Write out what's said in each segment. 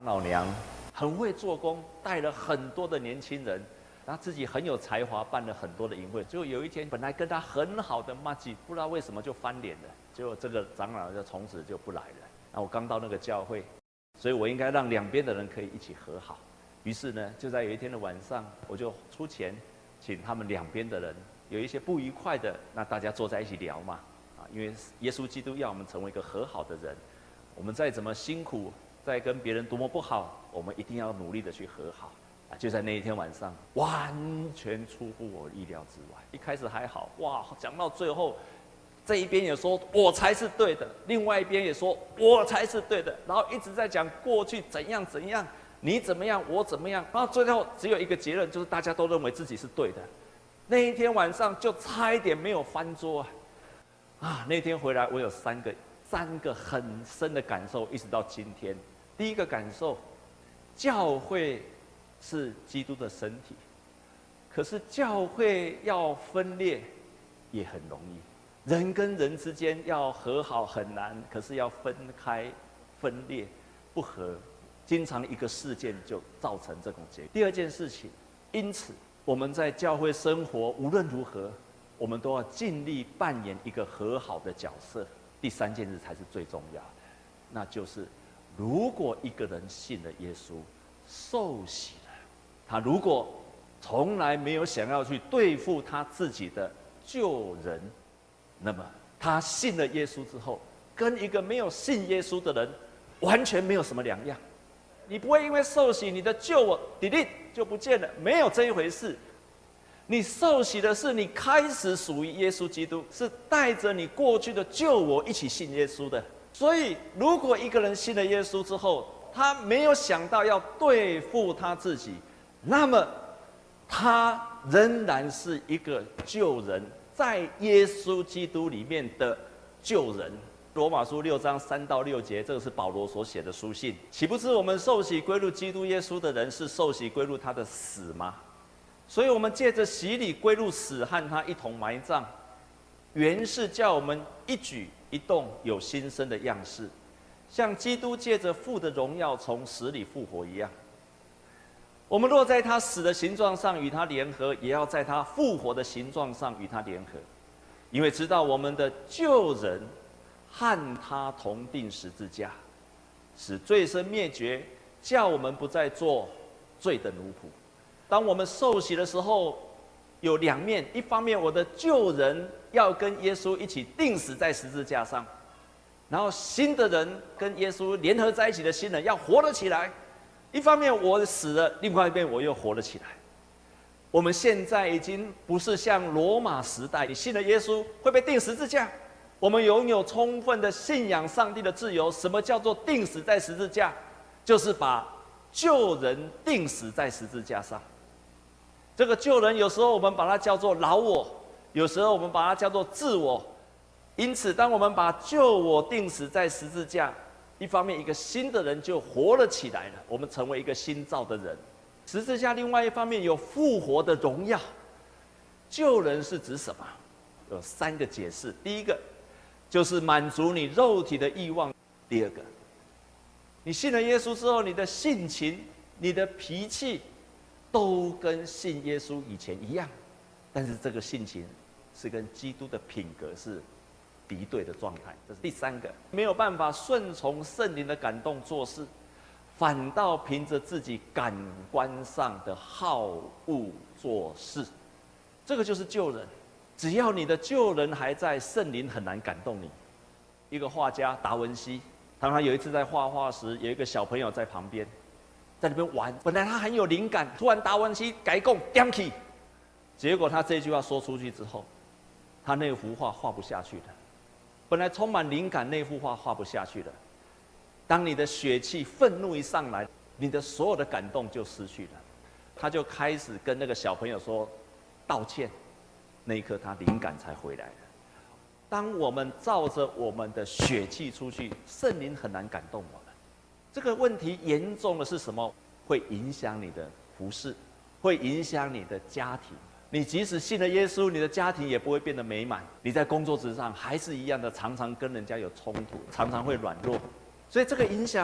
老娘很会做工，带了很多的年轻人，然后自己很有才华，办了很多的营会。结果有一天，本来跟他很好的麻吉，不知道为什么就翻脸了。结果这个长老就从此就不来了。那我刚到那个教会，所以我应该让两边的人可以一起和好。于是呢，就在有一天的晚上，我就出钱，请他们两边的人有一些不愉快的，那大家坐在一起聊嘛。因为耶稣基督要我们成为一个和好的人，我们再怎么辛苦，再跟别人多么不好，我们一定要努力的去和好。就在那一天晚上，完全出乎我意料之外。一开始还好，哇，讲到最后，这一边也说我才是对的，另外一边也说我才是对的，然后一直在讲过去怎样怎样，你怎么样，我怎么样，然后最后只有一个结论，就是大家都认为自己是对的。那一天晚上就差一点没有翻桌那天回来我有三个很深的感受，一直到今天。第一个感受，教会是基督的身体，可是教会要分裂也很容易，人跟人之间要和好很难，可是要分开分裂不和，经常一个事件就造成这种结果。第二件事情，因此我们在教会生活无论如何，我们都要尽力扮演一个和好的角色。第三件事才是最重要的，那就是如果一个人信了耶稣，受洗了，他如果从来没有想要去对付他自己的旧人，那么他信了耶稣之后，跟一个没有信耶稣的人完全没有什么两样。你不会因为受洗，你的旧我 delete 就不见了，没有这一回事。你受洗的是你开始属于耶稣基督，是带着你过去的旧我一起信耶稣的。所以，如果一个人信了耶稣之后，他没有想到要对付他自己，那么他仍然是一个旧人，在耶稣基督里面的旧人。罗马书6章3到6节，这个是保罗所写的书信。岂不是我们受洗归入基督耶稣的人，是受洗归入他的死吗？所以我们借着洗礼归入死，和他一同埋葬，原是叫我们一举一动有新生的样式，像基督借着父的荣耀从死里复活一样。我们若在他死的形状上与他联合，也要在他复活的形状上与他联合，因为知道我们的旧人和他同定十字架，使罪身灭绝，叫我们不再做罪的奴仆。当我们受洗的时候，有两面，一方面我的旧人要跟耶稣一起钉死在十字架上，然后新的人跟耶稣联合在一起的新人要活了起来。一方面我死了，另外一边我又活了起来。我们现在已经不是像罗马时代，你信了耶稣会被钉十字架。我们拥有充分的信仰上帝的自由。什么叫做钉死在十字架？就是把旧人钉死在十字架上。这个旧人有时候我们把它叫做老我，有时候我们把它叫做自我。因此当我们把旧我钉死在十字架，一方面一个新的人就活了起来了，我们成为一个新造的人。十字架另外一方面有复活的荣耀。旧人是指什么？有3个解释。第一个就是满足你肉体的欲望。第二个，你信了耶稣之后，你的性情、你的脾气都跟信耶稣以前一样，但是这个性情是跟基督的品格是敌对的状态。这是第3个，没有办法顺从圣灵的感动做事，反倒凭着自己感官上的好恶做事。这个就是旧人。只要你的旧人还在，圣灵很难感动你。一个画家达文西，当他有一次在画画时，有一个小朋友在旁边，在那边玩。本来他很有灵感，突然达文西改讲点起，结果他这句话说出去之后，他那幅画画不下去了。本来充满灵感，那幅画画不下去了。当你的血气、愤怒一上来，你的所有的感动就失去了。他就开始跟那个小朋友说道歉。那一刻他灵感才回来了。当我们照着我们的血气出去，圣灵很难感动我们。这个问题严重的是什么？会影响你的服事，会影响你的家庭。你即使信了耶稣，你的家庭也不会变得美满。你在工作职上还是一样的，常常跟人家有冲突，常常会软弱。所以这个影响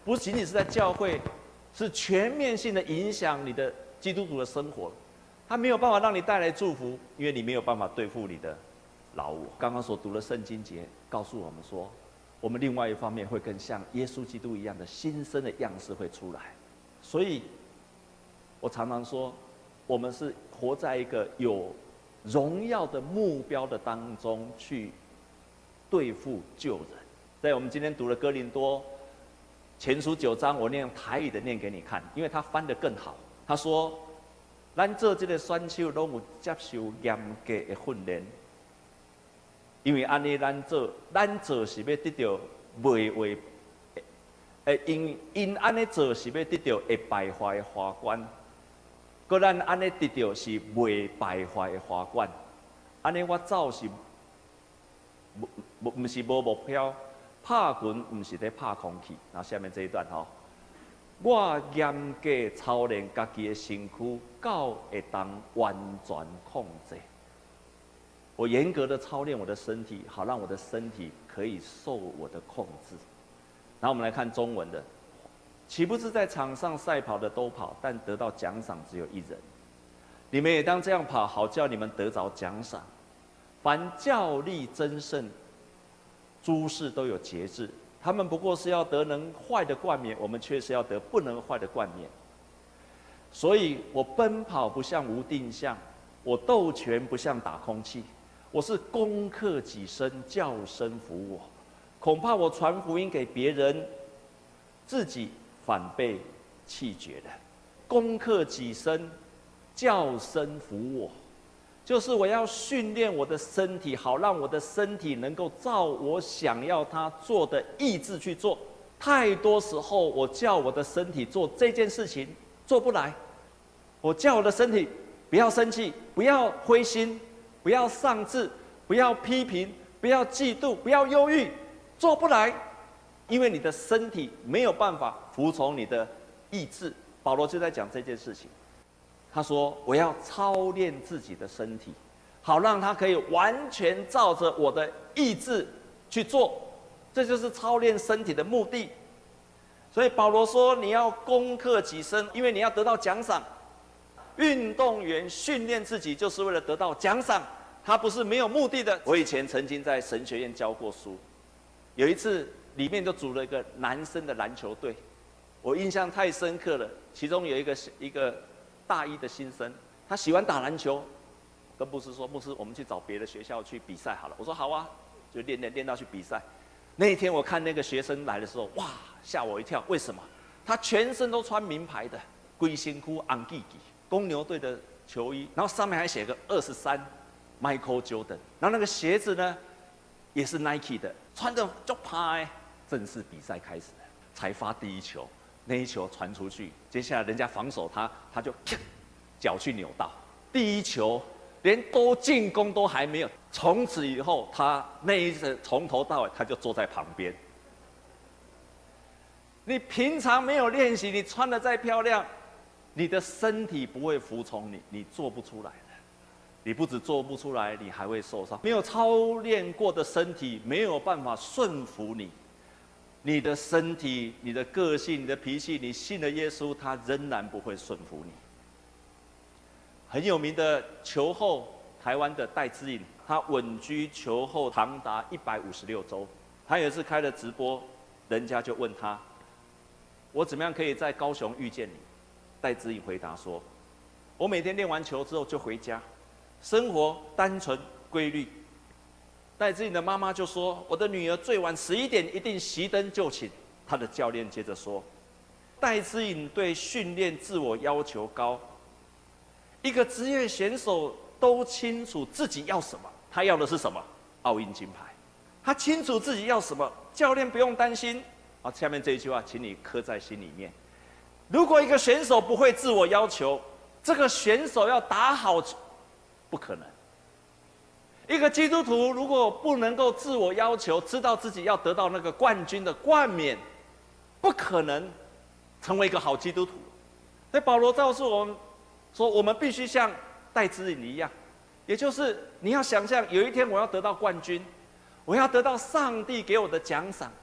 不仅仅是在教会，是全面性的影响你的基督徒的生活。它没有办法让你带来祝福，因为你没有办法对付你的老我。刚刚所读的圣经节告诉我们说，我们另外一方面会更像耶稣基督一样的新生的样式会出来。所以，我常常说，我们是活在一个有荣耀的目标的当中去对付旧人。在我们今天读的哥林多前书9章，我念台语的念给你看，因为他翻得更好。他说：“咱做这个选手，拢有接受严格的训练，因为安尼咱做是要得到袂因安尼做是要得到会败坏的花冠，搁咱安尼得到是袂败坏的花冠。安尼我走是不是无目标，拍拳不是在拍空气。然后下面这一段吼，我严格操练家己的身躯，到会当完全控制。我严格的操练我的身体，好让我的身体可以受我的控制。”然后我们来看中文的，岂不是在场上赛跑的都跑，但得到奖赏只有一人？你们也当这样跑，好叫你们得着奖赏。凡较力争胜，诸事都有节制，他们不过是要得能坏的冠冕，我们却是要得不能坏的冠冕。所以我奔跑不像无定向，我斗拳不像打空气，我是攻克己身，叫身服我。恐怕我传福音给别人，自己反被弃绝了。攻克己身，叫身服我，就是我要训练我的身体，好让我的身体能够照我想要它做的意志去做。太多时候，我叫我的身体做这件事情，做不来。我叫我的身体不要生气，不要灰心，不要丧志，不要批评，不要嫉妒，不要忧郁。做不来，因为你的身体没有办法服从你的意志。保罗就在讲这件事情。他说：“我要操练自己的身体，好让它可以完全照着我的意志去做。这就是操练身体的目的。所以保罗说：你要攻克己身，因为你要得到奖赏。运动员训练自己就是为了得到奖赏，他不是没有目的的。我以前曾经在神学院教过书。”有一次，里面就组了一个男生的篮球队，我印象太深刻了。其中有一个大一的新生，他喜欢打篮球，跟牧师说：“牧师，我们去找别的学校去比赛好了。”我说：“好啊。”就练到去比赛。那一天我看那个学生来的时候，哇，吓我一跳。为什么？他全身都穿名牌的，龟辛裤、昂吉吉，公牛队的球衣，然后上面还写个23 Michael Jordan， 然后那个鞋子呢？也是 Nike 的，穿着就拍。正式比赛开始了，才发第一球，那一球传出去，接下来人家防守他就脚去扭到。第一球连多进攻都还没有，从此以后他那一次从头到尾他就坐在旁边。你平常没有练习，你穿得再漂亮，你的身体不会服从你，你做不出来。你不止做不出来，你还会受伤。没有操练过的身体没有办法顺服你，你的身体、你的个性、你的脾气，你信了耶稣，他仍然不会顺服你。很有名的球后，台湾的戴资颖，他稳居球后长达156周。他有一次开了直播，人家就问他：“我怎么样可以在高雄遇见你？”戴资颖回答说：“我每天练完球之后就回家。”生活单纯规律。戴资颖的妈妈就说：“我的女儿最晚11点一定熄灯就寝。”他的教练接着说：“戴资颖对训练自我要求高，一个职业选手都清楚自己要什么，他要的是什么？奥运金牌。他清楚自己要什么，教练不用担心。”好，下面这一句话，请你刻在心里面。如果一个选手不会自我要求，这个选手要打好。不可能。一个基督徒如果不能够自我要求，知道自己要得到那个冠军的冠冕，不可能成为一个好基督徒。所以保罗告诉我们说，我们必须像戴资颖一样，也就是你要想象有一天我要得到冠军，我要得到上帝给我的奖赏，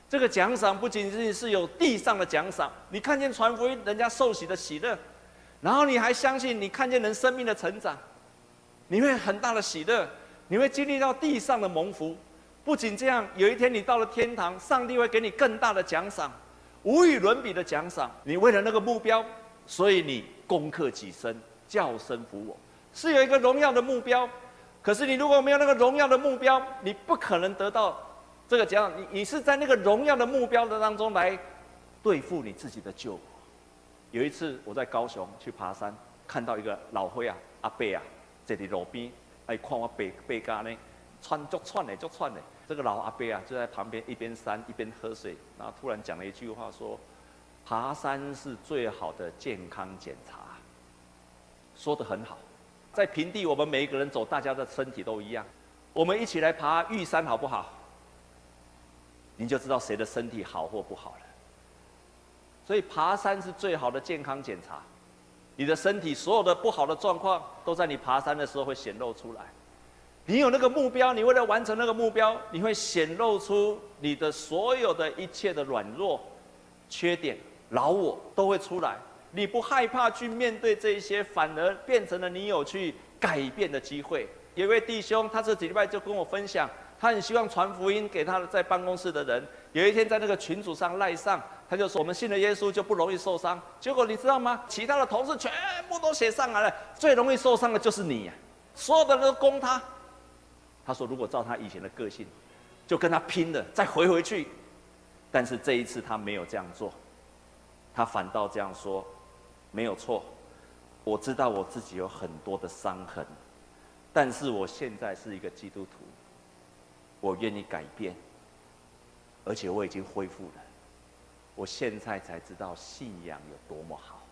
这个奖赏不仅仅是有地上的奖赏，你看见传福音人家受洗的喜乐，然后你还相信你看见人生命的成长，你会很大的喜乐，你会经历到地上的蒙福。不仅这样，有一天你到了天堂，上帝会给你更大的奖赏，无与伦比的奖赏。你为了那个目标，所以你攻克己身，叫声服我，是有一个荣耀的目标。可是你如果没有那个荣耀的目标，你不可能得到这个奖赏。你是在那个荣耀的目标的当中来对付你自己的救我。有一次我在高雄去爬山，看到一个老伙啊，阿伯啊，坐在路边，哎，看我背家呢，喘足喘的，足喘的。这个老阿伯啊，就在旁边一边山一边喝水，然后突然讲了一句话说：“爬山是最好的健康检查。”说得很好。在平地，我们每一个人走，大家的身体都一样。我们一起来爬玉山，好不好？你就知道谁的身体好或不好了。所以爬山是最好的健康检查。你的身体所有的不好的状况，都在你爬山的时候会显露出来。你有那个目标，你为了完成那个目标，你会显露出你的所有的一切的软弱、缺点、老我都会出来。你不害怕去面对这些，反而变成了你有去改变的机会。有一位弟兄，他这几礼拜就跟我分享，他很希望传福音给他在办公室的人。有一天在那个群组上赖上，他就说：“我们信了耶稣就不容易受伤。”结果你知道吗？其他的同事全部都写上来了，最容易受伤的就是你，所有的人都攻他。他说：“如果照他以前的个性，就跟他拼了，再回去。”但是这一次他没有这样做，他反倒这样说：“没有错，我知道我自己有很多的伤痕，但是我现在是一个基督徒，我愿意改变，而且我已经恢复了。我现在才知道信仰有多么好。”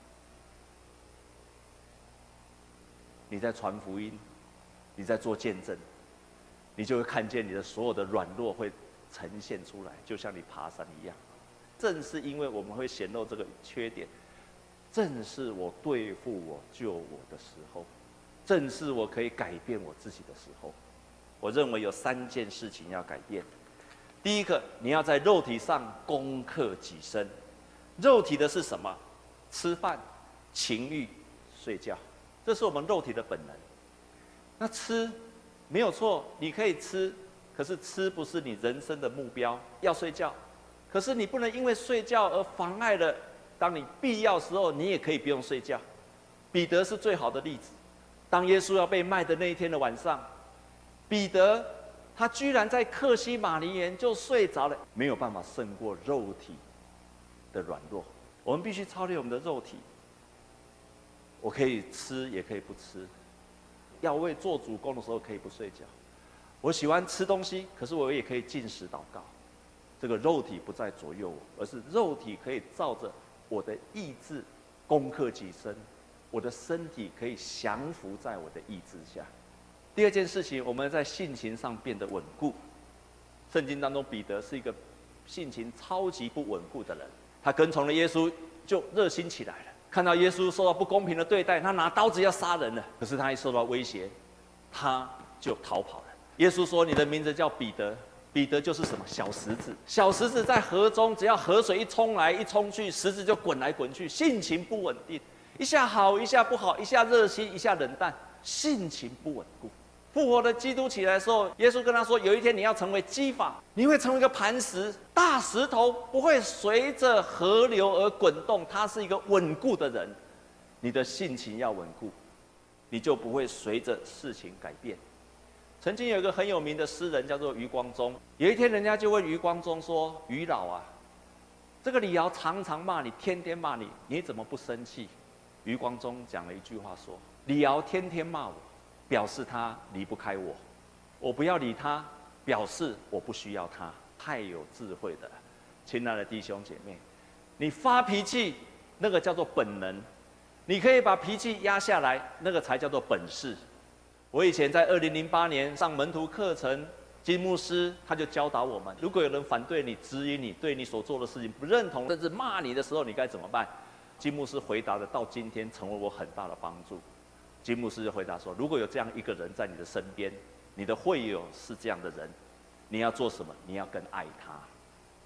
你在传福音，你在做见证，你就会看见你的所有的软弱会呈现出来，就像你爬山一样。正是因为我们会显露这个缺点，正是我对付我救我的时候，正是我可以改变我自己的时候。我认为有3件事情要改变。第一个，你要在肉体上攻克己身。肉体的是什么？吃饭、情欲、睡觉，这是我们肉体的本能。那吃没有错，你可以吃，可是吃不是你人生的目标。要睡觉，可是你不能因为睡觉而妨碍了当你必要时候，你也可以不用睡觉。彼得是最好的例子。当耶稣要被卖的那一天的晚上，彼得他居然在客西马尼园就睡着了，没有办法胜过肉体的软弱。我们必须操练我们的肉体。我可以吃，也可以不吃。要为做主工的时候可以不睡觉。我喜欢吃东西，可是我也可以禁食祷告。这个肉体不再左右我，而是肉体可以照着我的意志攻克己身，我的身体可以降服在我的意志下。第二件事情，我们在性情上变得稳固。圣经当中，彼得是一个性情超级不稳固的人，他跟从了耶稣就热心起来了。看到耶稣受到不公平的对待，他拿刀子要杀人了，可是他一受到威胁，他就逃跑了。耶稣说：“你的名字叫彼得。”彼得就是什么？小石子。小石子在河中，只要河水一冲来一冲去，石子就滚来滚去，性情不稳定，一下好一下不好，一下热心一下冷淡，性情不稳固。复活的基督起来的时候，耶稣跟他说：“有一天你要成为基法，你会成为一个磐石，大石头不会随着河流而滚动，他是一个稳固的人。你的性情要稳固，你就不会随着事情改变。”曾经有一个很有名的诗人叫做余光中，有一天人家就问余光中说：“余老啊，这个李敖常常骂你，天天骂你，你怎么不生气？”余光中讲了一句话说：“李敖天天骂我，表示他离不开我；我不要理他，表示我不需要他。”太有智慧的了，亲爱的弟兄姐妹，你发脾气那个叫做本能，你可以把脾气压下来，那个才叫做本事。我以前在2008年上门徒课程，金牧师他就教导我们：如果有人反对你、质疑你、对你所做的事情不认同，甚至骂你的时候，你该怎么办？金牧师回答的到今天成为我很大的帮助。金牧师就回答说：如果有这样一个人在你的身边，你的会友是这样的人，你要做什么？你要更爱他。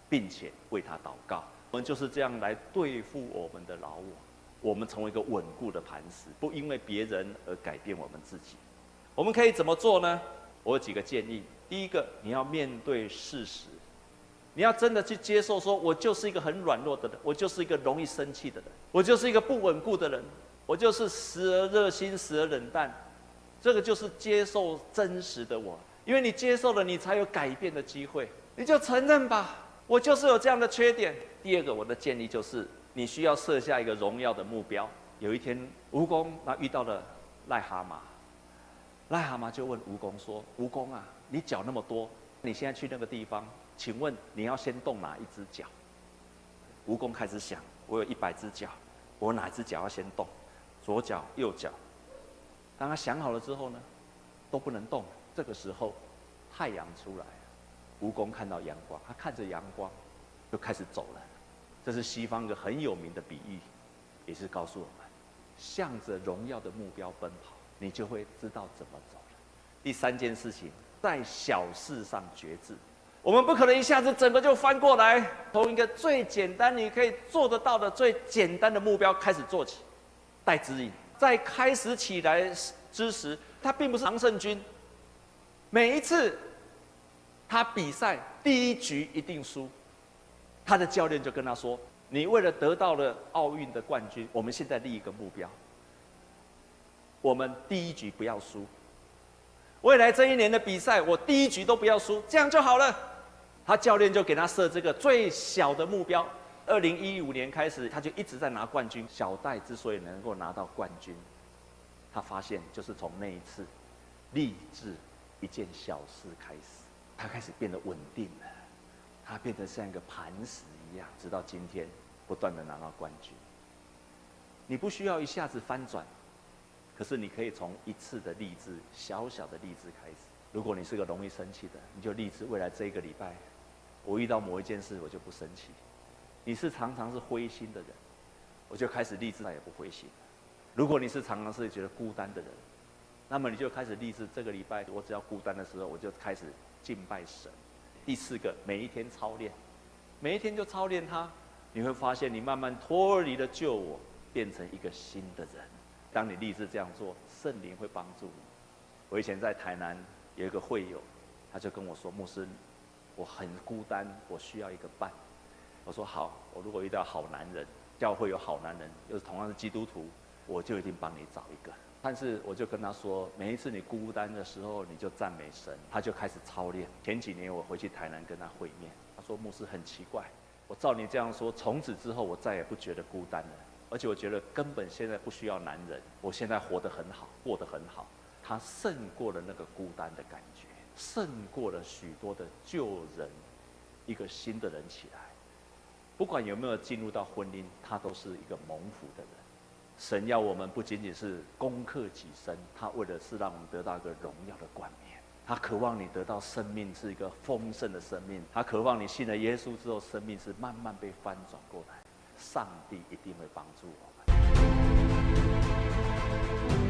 并且为他祷告。我们就是这样来对付我们的老我，我们成为一个稳固的磐石，不因为别人而改变我们自己。我们可以怎么做呢？我有几个建议。第一个，你要面对事实，你要真的去接受说，我就是一个很软弱的人，我就是一个容易生气的人，我就是一个不稳固的人，我就是时而热心，时而冷淡。这个就是接受真实的我，因为你接受了，你才有改变的机会。你就承认吧，我就是有这样的缺点。第二个，我的建议就是，你需要设下一个荣耀的目标。有一天，蜈蚣遇到了癞蛤蟆，癞蛤蟆就问蜈蚣说：“蜈蚣啊，你脚那么多，你现在去那个地方，请问你要先动哪一只脚？”蜈蚣开始想：我有100只脚，我哪只脚要先动？左脚、右脚。当他想好了之后呢，都不能动。这个时候，太阳出来了，蜈蚣看到阳光，他看着阳光，就开始走了。这是西方一个很有名的比喻，也是告诉我们，向着荣耀的目标奔跑，你就会知道怎么走了。第3件事情，在小事上决志。我们不可能一下子整个就翻过来，从一个最简单你可以做得到的最简单的目标开始做起，带指引。在开始起来之时，他并不是常胜军。每一次他比赛第1局一定输，他的教练就跟他说：“你为了得到了奥运的冠军，我们现在立一个目标，我们第1局不要输。未来这1年的比赛，我第1局都不要输，这样就好了。”他教练就给他设这个最小的目标。2015年开始，他就一直在拿冠军。小戴之所以能够拿到冠军，他发现就是从那一次立志一件小事开始，他开始变得稳定了，他变得像一个磐石一样，直到今天不断的拿到冠军。你不需要一下子翻转，可是你可以从一次的立志，小小的立志开始。如果你是个容易生气的，你就立志未来这1个礼拜，我遇到某一件事我就不生气。你是常常是灰心的人，我就开始立志再也不灰心。如果你是常常是觉得孤单的人，那么你就开始立志，这个礼拜我只要孤单的时候，我就开始敬拜神。第4个，每一天操练，每一天就操练它，你会发现你慢慢脱离了旧我，变成一个新的人。当你立志这样做，圣灵会帮助你。我以前在台南有一个会友，他就跟我说：“牧师，我很孤单，我需要一个伴。”我说好，我如果遇到好男人，教会有好男人，又是同样是基督徒，我就一定帮你找一个。但是我就跟他说，每一次你孤单的时候，你就赞美神。他就开始操练。前几年我回去台南跟他会面，他说：“牧师很奇怪，我照你这样说，从此之后我再也不觉得孤单了，而且我觉得根本现在不需要男人，我现在活得很好，过得很好。”他胜过了那个孤单的感觉，胜过了许多的旧人，一个新的人起来。不管有没有进入到婚姻，他都是一个蒙福的人。神要我们不仅仅是攻克己身，他为的是让我们得到一个荣耀的冠冕。他渴望你得到生命是一个丰盛的生命，他渴望你信了耶稣之后，生命是慢慢被翻转过来。上帝一定会帮助我们。